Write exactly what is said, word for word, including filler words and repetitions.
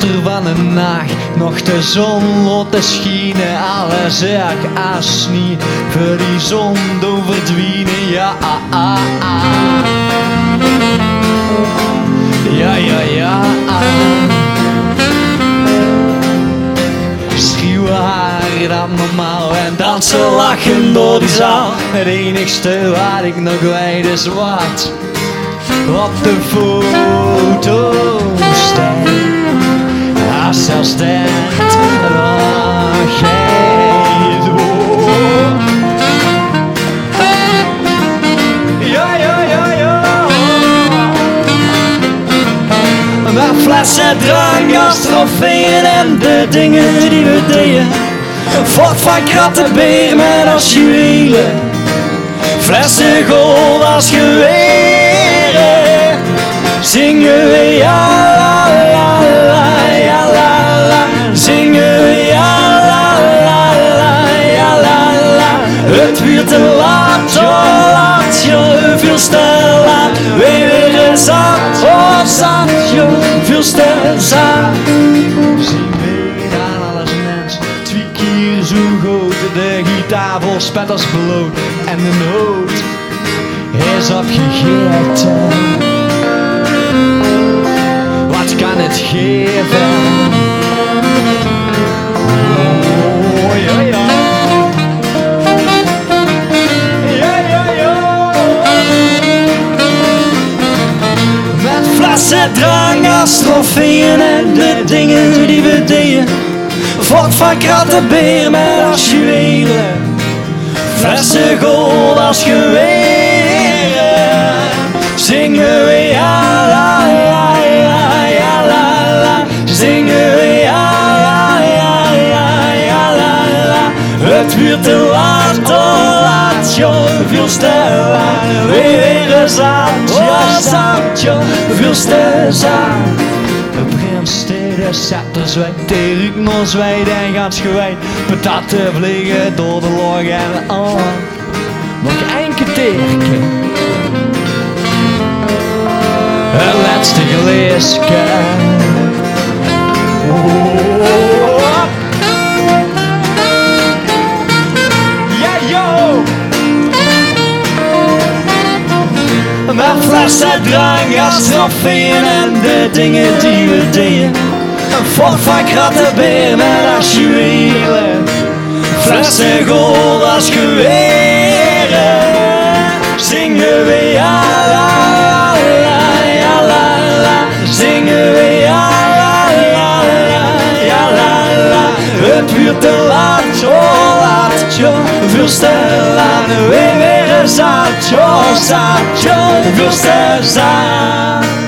duister van de nacht, nog de zon laat schijnen, alles ik als niet voor die zon doen verdwijnen, ja, ah, ah, ah. Ja, ja, ja, ah. Schreeuwen haar dan normaal en dansen lachen door die zaal. Het enigste wat ik nog weet is wat op de foto staat. Als zelfs dat nog geen woord. Ja, ja, ja, ja. Met flessen drank als trofeeën en de dingen die we deden. Fort van krattenbeer met als juwelen. Flessen gold als geweren. Zingen we ja la la la ja la la. Zingen we ja la la la ja la la. Het wordt te laat, oh laat je veel te laat. We weer zat, oh zat je veel te zat. Zie weer aan alles mens, twee keer zo groot. De gitaar vol spet als bloot en de noot is opgegeten. Wat kan het geven? Oh, ja, ja. Ja, ja, ja. Met flessen drank als trofeeën en de dingen die we deden. Fort van krattenbeer met als juwelen. Flessen gold als geweren. Zingen we ja la la la ja la la. Zingen we ja la la la ja la la. Het wordt te laat, oh laat joh, veel te laat. We weer zat, oh zat joh, veel te zat. De scepters weg, de ruik nog zwijt en gaat gewijd. Patatten vliegen door de log en oh, nog enkele teken. Het laatste geleesje. Oh. Ja, yo! Met flessen drank als trofeeën en de dingen die we deden. Een fort van krattenbeer met als juwelen. Flessen gold als geweren. Zingen we ja la la la ja la la. Zingen we ja la la la ja la la. Het wordt te laat, oh laat joh, veel te laat. We weer zat, joh zat, joh, veel te zat.